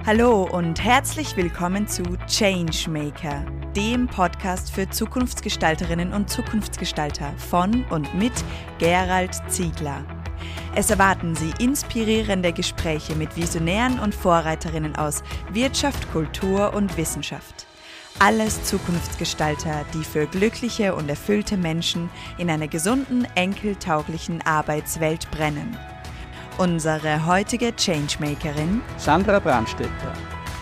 Hallo und herzlich willkommen zu Changemaker, dem Podcast für Zukunftsgestalterinnen und Zukunftsgestalter von und mit Gerald Ziegler. Es erwarten Sie inspirierende Gespräche mit Visionären und Vorreiterinnen aus Wirtschaft, Kultur und Wissenschaft. Alles Zukunftsgestalter, die für glückliche und erfüllte Menschen in einer gesunden, enkeltauglichen Arbeitswelt brennen. Unsere heutige Changemakerin Sandra Brandstetter.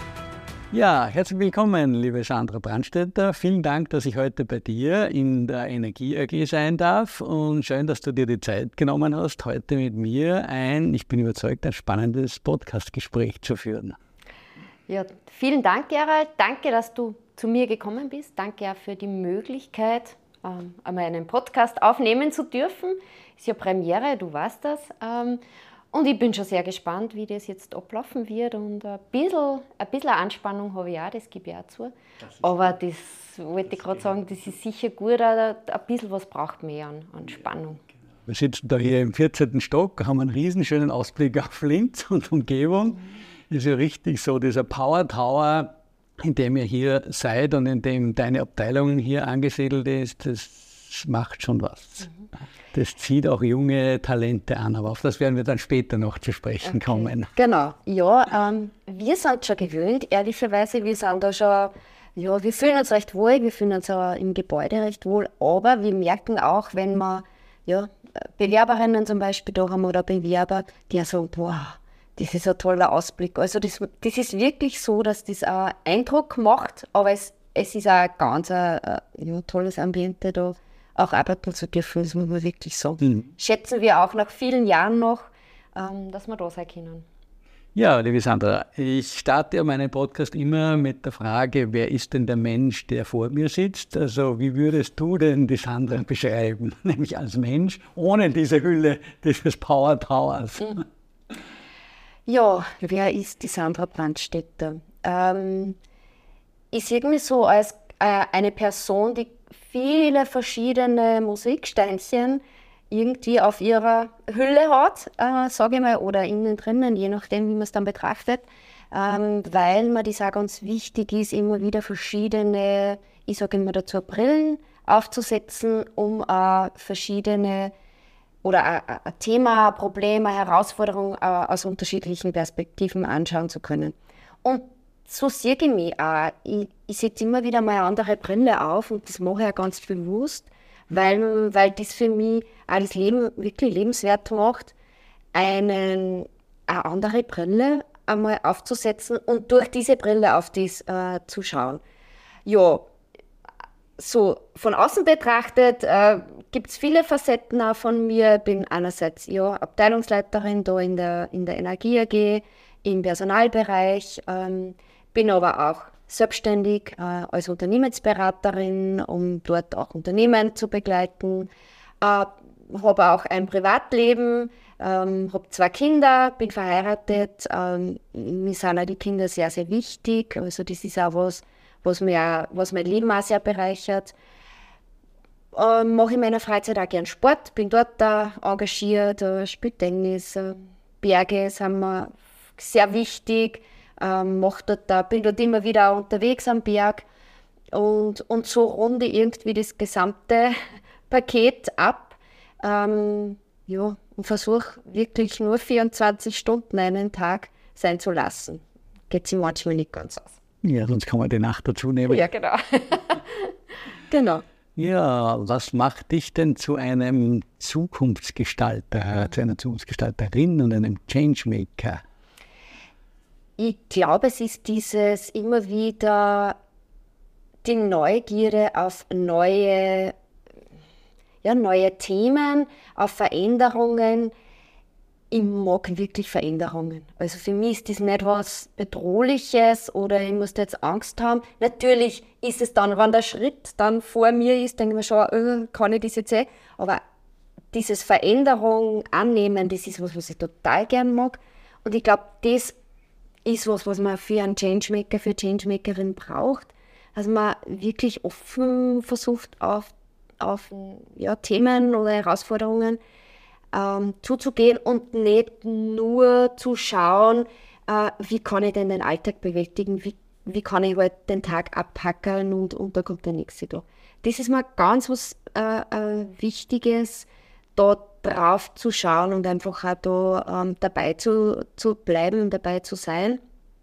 Ja, herzlich willkommen, liebe Sandra Brandstetter. Vielen Dank, dass ich heute bei dir in der Energie AG sein darf und schön, dass du dir die Zeit genommen hast, heute mit mir ich bin überzeugt, ein spannendes Podcast-Gespräch zu führen. Ja, vielen Dank, Gerald. Danke, dass du zu mir gekommen bist. Danke auch für die Möglichkeit, einmal einen Podcast aufnehmen zu dürfen. Ist ja Premiere, du weißt das. Und ich bin schon sehr gespannt, wie das jetzt ablaufen wird. Und ein bisschen Anspannung habe ich auch, das gebe ich auch zu. Aber das wollte ich gerade sagen, das ist sicher gut. Ein bisschen was braucht man an Spannung. Wir sitzen da hier im 14. Stock, haben einen riesenschönen Ausblick auf Linz und Umgebung. Ist ja richtig so, dieser Power Tower, in dem ihr hier seid und in dem deine Abteilung hier angesiedelt ist, das macht schon was. Das zieht auch junge Talente an, aber auf das werden wir dann später noch zu sprechen kommen. Genau, ja, wir sind schon gewöhnt, ehrlicherweise, wir sind da schon, ja, wir fühlen uns recht wohl, wir fühlen uns auch im Gebäude recht wohl, aber wir merken auch, wenn wir, ja, Bewerberinnen zum Beispiel da haben oder Bewerber, die sagen, boah, das ist ein toller Ausblick. Also das ist wirklich so, dass das auch Eindruck macht, aber es ist auch ganz ein tolles Ambiente da, auch arbeiten zu dürfen, das muss man wirklich sagen. Schätzen wir auch nach vielen Jahren noch, dass wir da sein können. Ja, liebe Sandra, ich starte ja meinen Podcast immer mit der Frage, wer ist denn der Mensch, der vor mir sitzt? Also wie würdest du denn die Sandra beschreiben? Nämlich als Mensch, ohne diese Hülle dieses Power Towers. Ja, wer ist die Sandra Brandstetter? Ich sehe mich so als eine Person, die viele verschiedene Musiksteinchen irgendwie auf ihrer Hülle hat, sage ich mal, oder innen drinnen, je nachdem, wie man es dann betrachtet, weil mir das auch ganz wichtig ist, immer wieder verschiedene, ich sage immer dazu, Brillen aufzusetzen, um verschiedene oder ein Thema, ein Problem, eine Herausforderung aus unterschiedlichen Perspektiven anschauen zu können. Und so sehe ich mich auch. Ich setze immer wieder mal eine andere Brille auf und das mache ich auch ganz bewusst, weil das für mich auch das Leben wirklich lebenswert macht, eine andere Brille einmal aufzusetzen und durch diese Brille auf das zu schauen. Ja, so von außen betrachtet gibt es viele Facetten auch von mir. Ich bin einerseits Abteilungsleiterin da in der Energie AG, im Personalbereich, bin aber auch selbstständig als Unternehmensberaterin, um dort auch Unternehmen zu begleiten. Habe auch ein Privatleben, habe 2 Kinder, bin verheiratet. Mir sind auch die Kinder sehr, sehr wichtig. Also das ist auch was mein Leben auch sehr bereichert. Mache in meiner Freizeit auch gern Sport, bin dort da engagiert, spiele Tennis, Berge sind mir sehr wichtig. Bin dort immer wieder unterwegs am Berg und so runde irgendwie das gesamte Paket ab und versuche wirklich nur 24 Stunden einen Tag sein zu lassen. Geht sich manchmal nicht ganz aus. Ja, sonst kann man die Nacht dazu nehmen. Ja, genau. Genau. Ja, was macht dich denn zu einem Zukunftsgestalter, zu einer Zukunftsgestalterin und einem Changemaker? Ich glaube, es ist dieses immer wieder die Neugierde auf neue Themen, auf Veränderungen. Ich mag wirklich Veränderungen. Also für mich ist das nicht was Bedrohliches oder ich muss da jetzt Angst haben. Natürlich ist es dann, wenn der Schritt dann vor mir ist, denke ich mir schon, kann ich das jetzt eh? Aber dieses Veränderung annehmen, das ist was ich total gern mag. Und ich glaube, das ist was man für einen Changemaker, für eine Changemakerin braucht. Also man wirklich offen versucht, auf Themen oder Herausforderungen zuzugehen und nicht nur zu schauen, wie kann ich denn den Alltag bewältigen, wie kann ich halt den Tag abhacken und da kommt der nächste da. Das ist mir ganz was Wichtiges, da drauf zu schauen und einfach auch da dabei zu bleiben, dabei zu sein.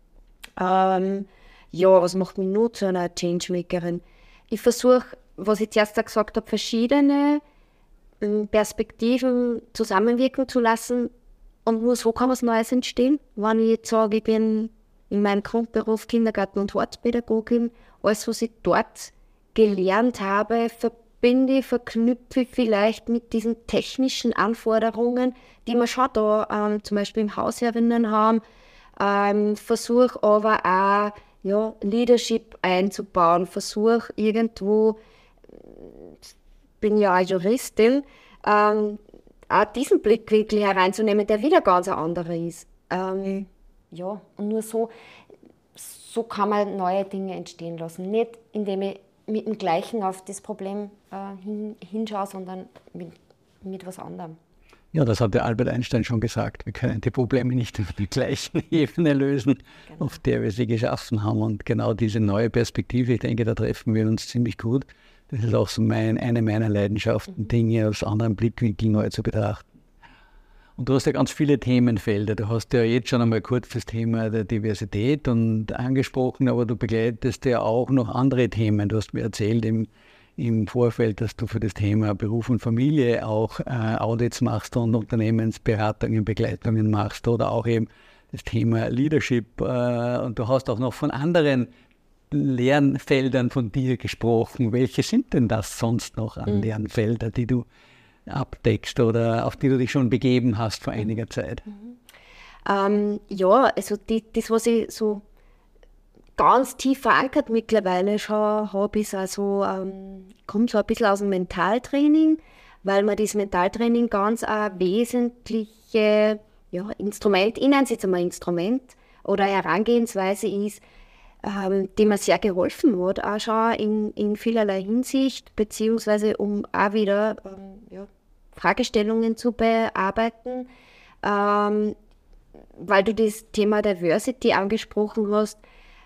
Was macht mich nur zu einer Changemakerin? Ich versuche, was ich zuerst gesagt habe, verschiedene Perspektiven zusammenwirken zu lassen und nur so kann was Neues entstehen. Wenn ich jetzt sage, ich bin in meinem Grundberuf Kindergarten- und Hortpädagogin, alles, was ich dort gelernt habe, verbinde, verknüpfe ich vielleicht mit diesen technischen Anforderungen, die wir schon da zum Beispiel im Hausherrinnen haben, versuche aber auch Leadership einzubauen, versuche irgendwo, bin ja auch Juristin, auch diesen Blickwinkel hereinzunehmen, der wieder ganz ein anderer ist. Und nur so kann man neue Dinge entstehen lassen. Nicht, indem ich mit dem Gleichen auf das Problem hinschaue, sondern mit was anderem. Ja, das hat der Albert Einstein schon gesagt. Wir können die Probleme nicht auf der gleichen Ebene lösen, genau, auf der wir sie geschaffen haben. Und genau diese neue Perspektive, ich denke, da treffen wir uns ziemlich gut. Das ist auch so eine meiner Leidenschaften, Dinge aus anderen Blickwinkeln neu zu betrachten. Und du hast ja ganz viele Themenfelder. Du hast ja jetzt schon einmal kurz das Thema der Diversität angesprochen, aber du begleitest ja auch noch andere Themen. Du hast mir erzählt im Vorfeld, dass du für das Thema Beruf und Familie auch Audits machst und Unternehmensberatungen, Begleitungen machst oder auch eben das Thema Leadership. Und du hast auch noch von anderen Lernfeldern von dir gesprochen. Welche sind denn das sonst noch an Lernfelder, die du abdeckst oder auf die du dich schon begeben hast vor einiger Zeit? Also das, was ich so ganz tief verankert mittlerweile schon habe, ist also, kommt so ein bisschen aus dem Mentaltraining, weil man das Mentaltraining ganz ein wesentliche Instrument, ich nenne es jetzt einmal Instrument oder Herangehensweise ist, die mir sehr geholfen hat, auch schon in vielerlei Hinsicht, beziehungsweise um auch wieder Fragestellungen zu bearbeiten, weil du das Thema Diversity angesprochen hast.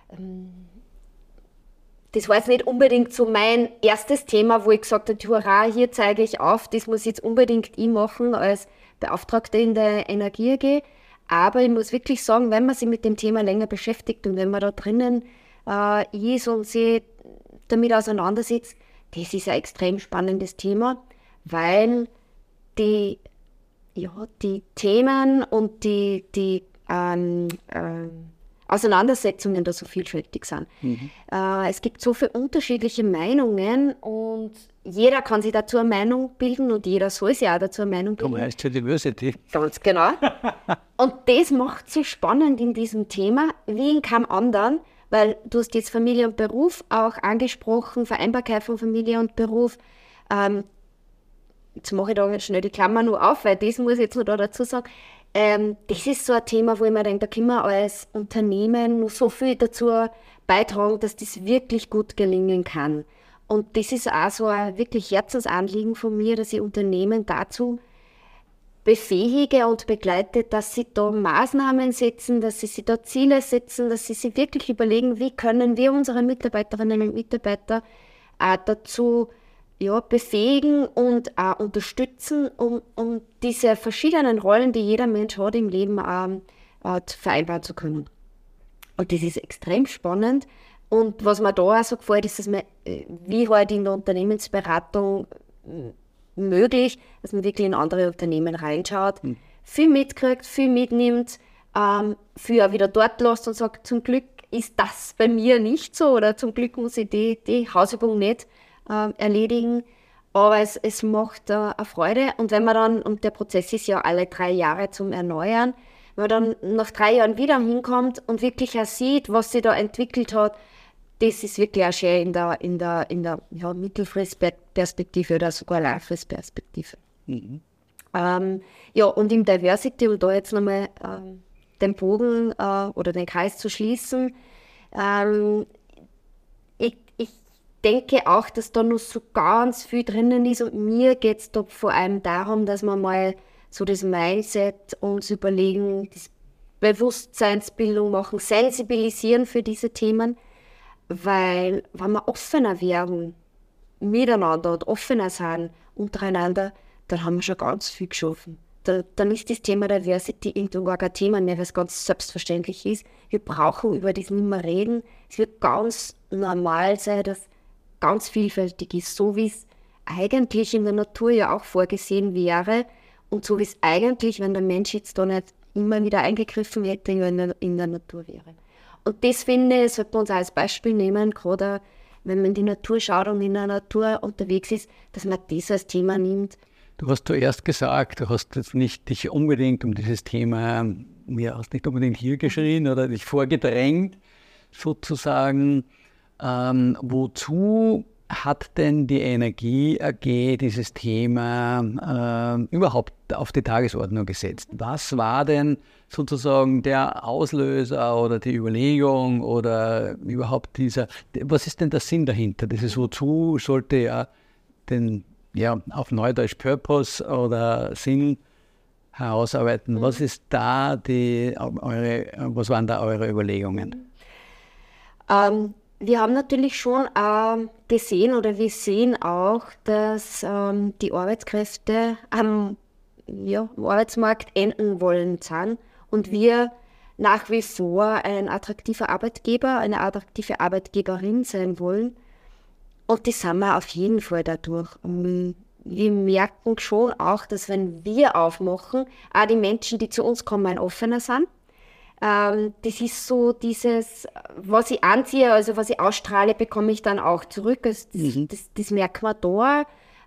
Das war jetzt nicht unbedingt so mein erstes Thema, wo ich gesagt habe, hurra, hier zeige ich auf, das muss jetzt unbedingt ich machen als Beauftragte in der Energie AG. Aber ich muss wirklich sagen, wenn man sich mit dem Thema länger beschäftigt und wenn man da drinnen ist und sich damit auseinandersetzt, das ist ein extrem spannendes Thema, weil die Themen und die Auseinandersetzungen da so vielfältig sind. Es gibt so viele unterschiedliche Meinungen und jeder kann sich dazu eine Meinung bilden und jeder soll sich auch dazu eine Meinung bilden. Darum heißt es ja Diversity. Ganz genau. Und das macht es so spannend in diesem Thema, wie in keinem anderen, weil du hast jetzt Familie und Beruf auch angesprochen, Vereinbarkeit von Familie und Beruf. Jetzt mache ich da schnell die Klammer nur auf, weil das muss ich jetzt noch da dazu sagen. Das ist so ein Thema, wo ich mir denke, da können wir als Unternehmen noch so viel dazu beitragen, dass das wirklich gut gelingen kann. Und das ist auch so ein wirklich Herzensanliegen von mir, dass ich Unternehmen dazu befähige und begleite, dass sie da Maßnahmen setzen, dass sie sich da Ziele setzen, dass sie sich wirklich überlegen, wie können wir unsere Mitarbeiterinnen und Mitarbeiter dazu befähigen und auch unterstützen, um diese verschiedenen Rollen, die jeder Mensch hat im Leben, vereinbaren zu können. Und das ist extrem spannend. Und was mir da auch so gefällt, ist, dass man, wie halt in der Unternehmensberatung möglich, dass man wirklich in andere Unternehmen reinschaut, viel mitkriegt, viel mitnimmt, viel auch wieder dort lässt und sagt, zum Glück ist das bei mir nicht so oder zum Glück muss ich die Hausübung nicht erledigen, aber es macht eine Freude und wenn man dann, und der Prozess ist ja alle 3 Jahre zum Erneuern, wenn man dann nach 3 Jahren wieder hinkommt und wirklich auch sieht, was sich da entwickelt hat, das ist wirklich auch schön in der Mittelfristperspektive oder sogar Langfristperspektive. Und im Diversity, um da jetzt nochmal den Bogen oder den Kreis zu schließen, ich denke auch, dass da noch so ganz viel drinnen ist und mir geht es da vor allem darum, dass wir mal so das Mindset uns überlegen, das Bewusstseinsbildung machen, sensibilisieren für diese Themen, weil wenn wir offener werden miteinander und offener sind untereinander, dann haben wir schon ganz viel geschaffen. Dann ist das Thema Diversity irgendwo gar kein Thema mehr, weil es ganz selbstverständlich ist. Wir brauchen über das nicht mehr reden. Es wird ganz normal sein, dass ganz vielfältig ist, so wie es eigentlich in der Natur ja auch vorgesehen wäre und so wie es eigentlich, wenn der Mensch jetzt da nicht immer wieder eingegriffen hätte, ja in der Natur wäre. Und das, finde ich, sollte man uns auch als Beispiel nehmen, gerade wenn man in die Natur schaut und in der Natur unterwegs ist, dass man das als Thema nimmt. Du hast zuerst gesagt, du hast jetzt nicht dich unbedingt um dieses Thema, hast nicht unbedingt hier geschrien oder dich vorgedrängt, sozusagen. Wozu hat denn die Energie AG dieses Thema überhaupt auf die Tagesordnung gesetzt? Was war denn sozusagen der Auslöser oder die Überlegung oder überhaupt was ist denn der Sinn dahinter? Dieses Wozu sollte ja auf Neudeutsch Purpose oder Sinn herausarbeiten. Was ist da was waren da eure Überlegungen? Wir haben natürlich schon gesehen oder wir sehen auch, dass die Arbeitskräfte am Arbeitsmarkt enden wollen sind und wir nach wie vor ein attraktiver Arbeitgeber, eine attraktive Arbeitgeberin sein wollen. Und das sind wir auf jeden Fall dadurch. Wir merken schon auch, dass wenn wir aufmachen, auch die Menschen, die zu uns kommen, offener sind. Das ist so dieses, was ich anziehe, also was ich ausstrahle, bekomme ich dann auch zurück. Also das merkt man da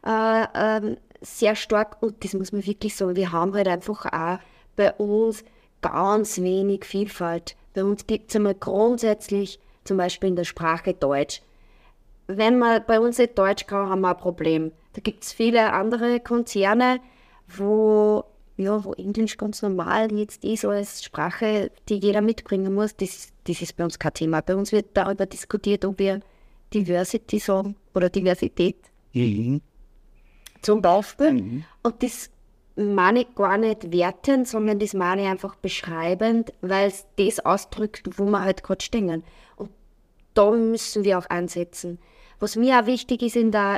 sehr stark und das muss man wirklich sagen. Wir haben halt einfach auch bei uns ganz wenig Vielfalt. Bei uns gibt es einmal grundsätzlich zum Beispiel in der Sprache Deutsch. Wenn man bei uns nicht Deutsch kann, haben wir ein Problem. Da gibt es viele andere Konzerne, wo Englisch ganz normal jetzt ist als Sprache, die jeder mitbringen muss. Das ist bei uns kein Thema. Bei uns wird darüber diskutiert, ob wir Diversity sagen oder Diversität. Zum Beispiel. Und das meine ich gar nicht wertend, sondern das meine ich einfach beschreibend, weil es das ausdrückt, wo wir halt gerade stehen. Und da müssen wir auch ansetzen. Was mir auch wichtig ist in der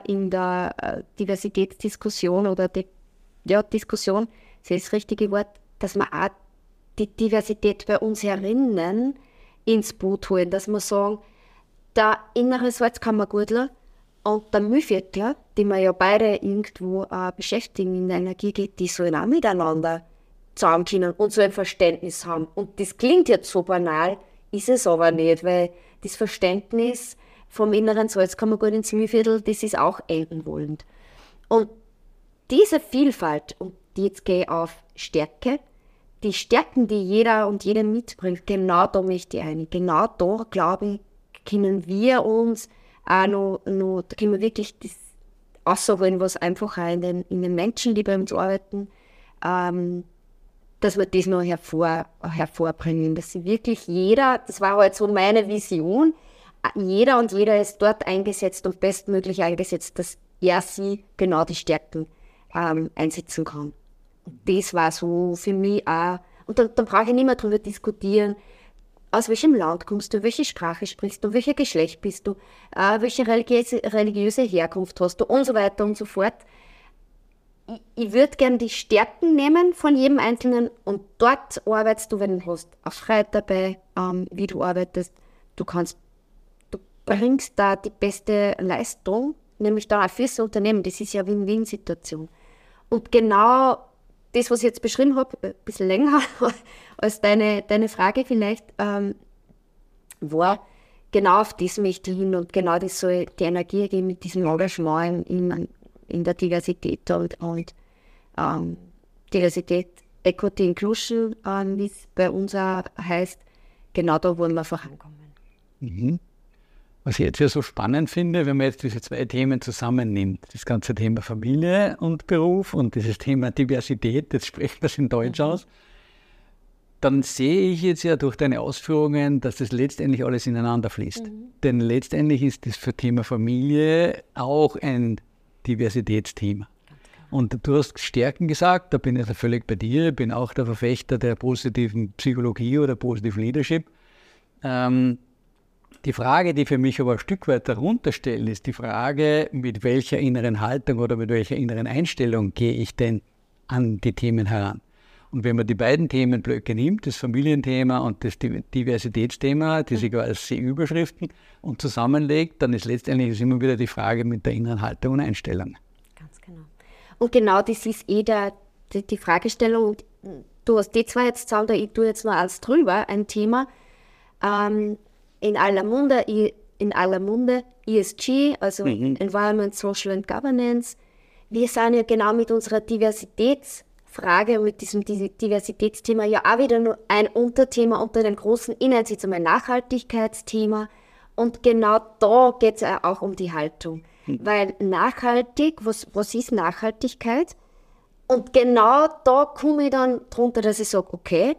Diversitätsdiskussion oder Diskussion, das ist das richtige Wort, dass wir auch die Diversität bei uns herinnen ins Boot holen, dass wir sagen, der innere Salzkammergurtler und der Mühlviertler, die wir ja beide irgendwo beschäftigen in der Energie, die sollen auch miteinander zusammenkommen und so ein Verständnis haben. Und das klingt jetzt so banal, ist es aber nicht, weil das Verständnis vom inneren Salzkammergut ins Mühlviertel, das ist auch enden wollend. Und diese Vielfalt, und jetzt gehe ich auf Stärke, die Stärken, die jeder und jede mitbringt, genau da möchte ich ein. Genau da, glaube ich, können wir uns auch noch da können wir wirklich das rausholen, was einfach auch in den Menschen, die bei uns arbeiten, dass wir das noch hervorbringen, dass sie wirklich jeder, das war halt so meine Vision, jeder und jeder ist dort eingesetzt und bestmöglich eingesetzt, dass er sie genau die Stärken einsetzen kann. Und das war so für mich auch, und dann brauche ich nicht mehr darüber diskutieren, aus welchem Land kommst du, welche Sprache sprichst du, welches Geschlecht bist du, welche religiöse Herkunft hast du und so weiter und so fort. Ich würde gerne die Stärken nehmen von jedem Einzelnen und dort arbeitest du, wenn du hast auch Freiheit dabei, wie du arbeitest. Du bringst da die beste Leistung, nämlich dann auch fürs Unternehmen. Das ist ja eine Win-Win-Situation. Und genau das, was ich jetzt beschrieben habe, ein bisschen länger als deine Frage vielleicht, war, genau auf das möchte ich hin und genau das soll die Energie geben mit diesem Engagement in der Diversität und Diversität, Equity, Inclusion, wie es bei uns auch heißt, genau da wollen wir vorankommen. Was ich jetzt ja so spannend finde, wenn man jetzt diese zwei Themen zusammennimmt, das ganze Thema Familie und Beruf und dieses Thema Diversität, jetzt spricht das in Deutsch aus, dann sehe ich jetzt ja durch deine Ausführungen, dass das letztendlich alles ineinander fließt. Denn letztendlich ist das für Thema Familie auch ein Diversitätsthema. Und du hast Stärken gesagt, da bin ich völlig bei dir, bin auch der Verfechter der positiven Psychologie oder Positive Leadership. Die Frage, die für mich aber ein Stück weit darunter stellt, ist die Frage, mit welcher inneren Haltung oder mit welcher inneren Einstellung gehe ich denn an die Themen heran? Und wenn man die beiden Themenblöcke nimmt, das Familienthema und das Diversitätsthema, diese quasi Überschriften, und zusammenlegt, dann ist letztendlich immer wieder die Frage mit der inneren Haltung und Einstellung. Ganz genau. Und genau das ist die Fragestellung. Du hast die zwei jetzt zusammen, ich tue jetzt noch eins drüber, ein Thema. In aller Munde ESG, also Environment, Social and Governance. Wir sind ja genau mit unserer Diversitätsfrage und mit diesem Diversitätsthema ja auch wieder nur ein Unterthema unter dem großen, ich nenne es jetzt einmal Nachhaltigkeitsthema. Und genau da geht es ja auch um die Haltung. Weil nachhaltig, was ist Nachhaltigkeit? Und genau da komme ich dann drunter, dass ich sage, okay,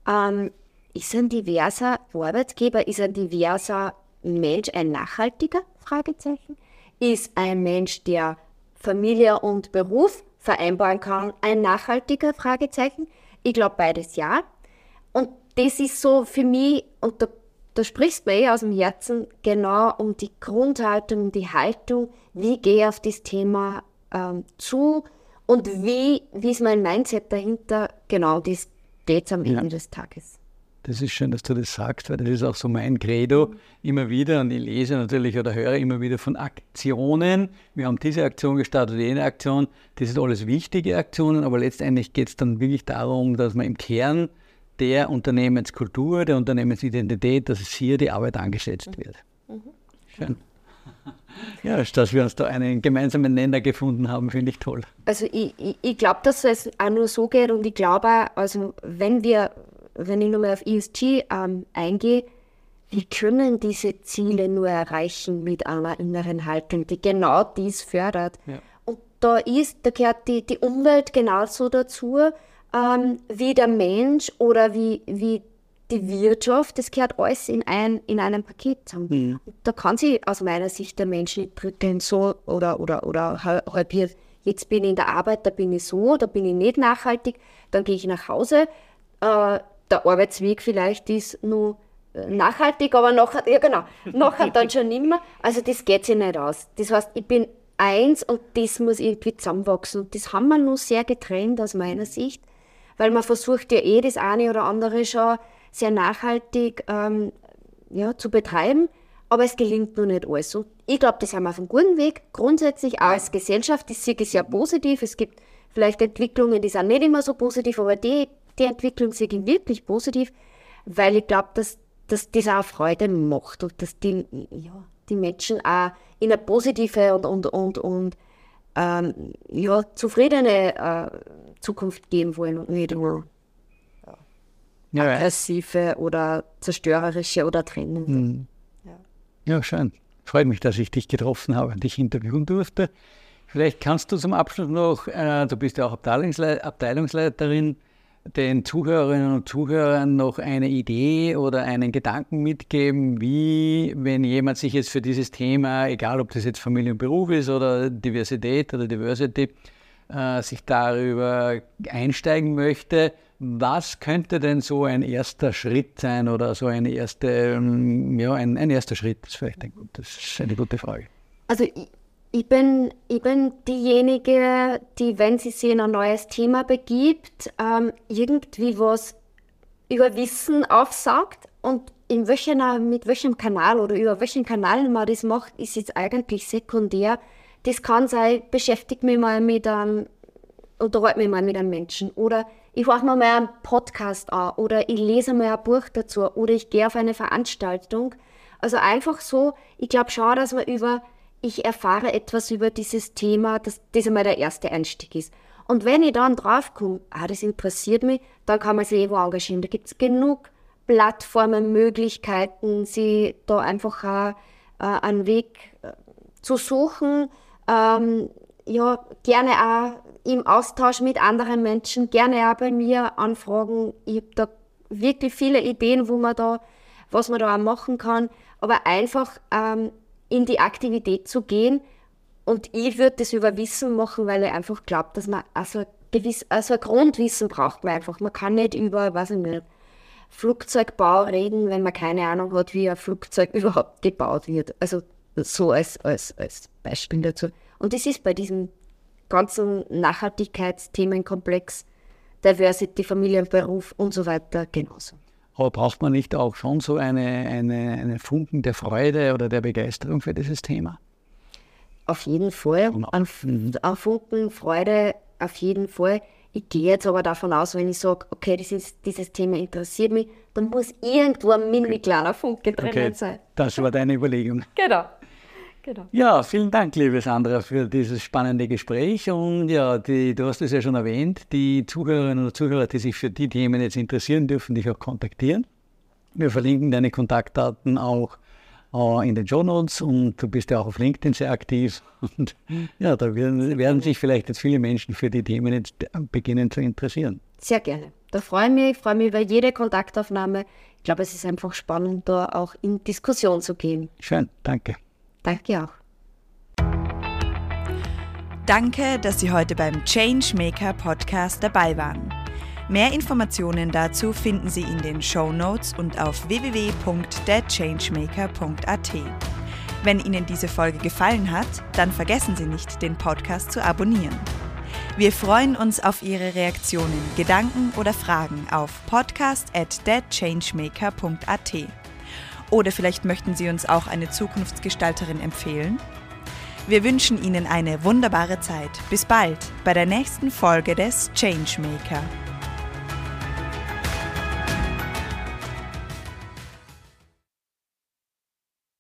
ist ein diverser Arbeitgeber, ist ein diverser Mensch ein nachhaltiger? Fragezeichen. Ist ein Mensch, der Familie und Beruf vereinbaren kann, ein nachhaltiger? Fragezeichen. Ich glaube beides ja. Und das ist so für mich, und da sprichst du mir aus dem Herzen, genau um die Grundhaltung, um die Haltung, wie gehe ich auf das Thema zu und wie ist mein Mindset dahinter, genau das geht es am Ende des Tages. Das ist schön, dass du das sagst, weil das ist auch so mein Credo immer wieder, und ich lese natürlich oder höre immer wieder von Aktionen. Wir haben diese Aktion gestartet, jene Aktion, das sind alles wichtige Aktionen, aber letztendlich geht es dann wirklich darum, dass man im Kern der Unternehmenskultur, der Unternehmensidentität, dass es hier die Arbeit angesetzt wird. Schön. Ja, dass wir uns da einen gemeinsamen Nenner gefunden haben, finde ich toll. Also ich glaube, dass es auch nur so geht, und ich glaube auch, also wenn ich nochmal auf ESG eingehe, wir können diese Ziele nur erreichen mit einer inneren Haltung, die genau dies fördert. Ja. Und da gehört die Umwelt genauso dazu, wie der Mensch oder wie die Wirtschaft. Das gehört alles in einem Paket zusammen. Und da kann sich aus meiner Sicht der Mensch nicht drücken, so oder halbiert. Jetzt bin ich in der Arbeit, da bin ich so, da bin ich nicht nachhaltig, dann gehe ich nach Hause. Der Arbeitsweg vielleicht ist nur nachhaltig, aber nachher dann schon nicht mehr. Also das geht sich nicht aus. Das heißt, ich bin eins und das muss irgendwie zusammenwachsen. Und das haben wir nur sehr getrennt aus meiner Sicht, weil man versucht ja das eine oder andere schon sehr nachhaltig zu betreiben, aber es gelingt noch nicht alles. Und ich glaube, das haben wir auf einem guten Weg. Grundsätzlich auch als Gesellschaft, das sehe ich sehr positiv. Es gibt vielleicht Entwicklungen, die sind nicht immer so positiv, aber die Entwicklung sehe ich wirklich positiv, weil ich glaube, dass das auch Freude macht und dass die Menschen auch in eine positive und zufriedene Zukunft gehen wollen und nicht nur aggressive oder zerstörerische oder trennende. Ja, schön. Freut mich, dass ich dich getroffen habe und dich interviewen durfte. Vielleicht kannst du zum Abschluss noch, du bist ja auch Abteilungsleiterin, den Zuhörerinnen und Zuhörern noch eine Idee oder einen Gedanken mitgeben, wie, wenn jemand sich jetzt für dieses Thema, egal ob das jetzt Familie und Beruf ist oder Diversität oder Diversity, sich darüber einsteigen möchte, was könnte denn so ein erster Schritt sein oder so ein erster Schritt? Das ist eine gute Frage. Also ich bin diejenige, die, wenn sie sich in ein neues Thema begibt, irgendwie was über Wissen aufsaugt, und mit welchem Kanal oder über welchen Kanal man das macht, ist jetzt eigentlich sekundär. Das kann sein, beschäftige mich mal unterhalte mich mal mit einem Menschen, oder ich mache mir mal einen Podcast an, oder ich lese mal ein Buch dazu, oder ich gehe auf eine Veranstaltung. Also einfach so, ich glaube schon, dass ich erfahre etwas über dieses Thema, das einmal der erste Einstieg ist. Und wenn ich dann draufkomme, das interessiert mich, dann kann man sich wo engagieren. Da gibt es genug Plattformen, Möglichkeiten, sie da einfach auch einen Weg zu suchen. Gerne auch im Austausch mit anderen Menschen, gerne auch bei mir anfragen. Ich habe da wirklich viele Ideen, was man da auch machen kann. Aber einfach in die Aktivität zu gehen Und ich würde das über Wissen machen, weil ich einfach glaube, dass man ein Grundwissen braucht man einfach. Man kann nicht über, weiß ich nicht, Flugzeugbau reden, wenn man keine Ahnung hat, wie ein Flugzeug überhaupt gebaut wird. Also so als Beispiel dazu. Und das ist bei diesem ganzen Nachhaltigkeitsthemenkomplex, Diversity, Familienberuf und so weiter genauso. Aber braucht man nicht auch schon so eine Funken der Freude oder der Begeisterung für dieses Thema? Auf jeden Fall. An Funken Freude auf jeden Fall. Ich gehe jetzt aber davon aus, wenn ich sage, okay, dieses Thema interessiert mich, dann muss irgendwo ein mini kleiner Funke drinnen sein. Das war deine Überlegung. Genau. Ja, vielen Dank, liebe Sandra, für dieses spannende Gespräch. Und ja, du hast es ja schon erwähnt, die Zuhörerinnen und Zuhörer, die sich für die Themen jetzt interessieren, dürfen dich auch kontaktieren. Wir verlinken deine Kontaktdaten auch in den Shownotes und du bist ja auch auf LinkedIn sehr aktiv. Und ja, da werden sich vielleicht jetzt viele Menschen für die Themen jetzt beginnen zu interessieren. Sehr gerne. Da freue ich mich über jede Kontaktaufnahme. Ich glaube, es ist einfach spannend, da auch in Diskussion zu gehen. Schön, danke. Danke auch. Danke, dass Sie heute beim Changemaker Podcast dabei waren. Mehr Informationen dazu finden Sie in den Shownotes und auf www.thechangemaker.at. Wenn Ihnen diese Folge gefallen hat, dann vergessen Sie nicht, den Podcast zu abonnieren. Wir freuen uns auf Ihre Reaktionen, Gedanken oder Fragen auf podcast@thechangemaker.at. Oder vielleicht möchten Sie uns auch eine Zukunftsgestalterin empfehlen? Wir wünschen Ihnen eine wunderbare Zeit. Bis bald bei der nächsten Folge des Changemaker.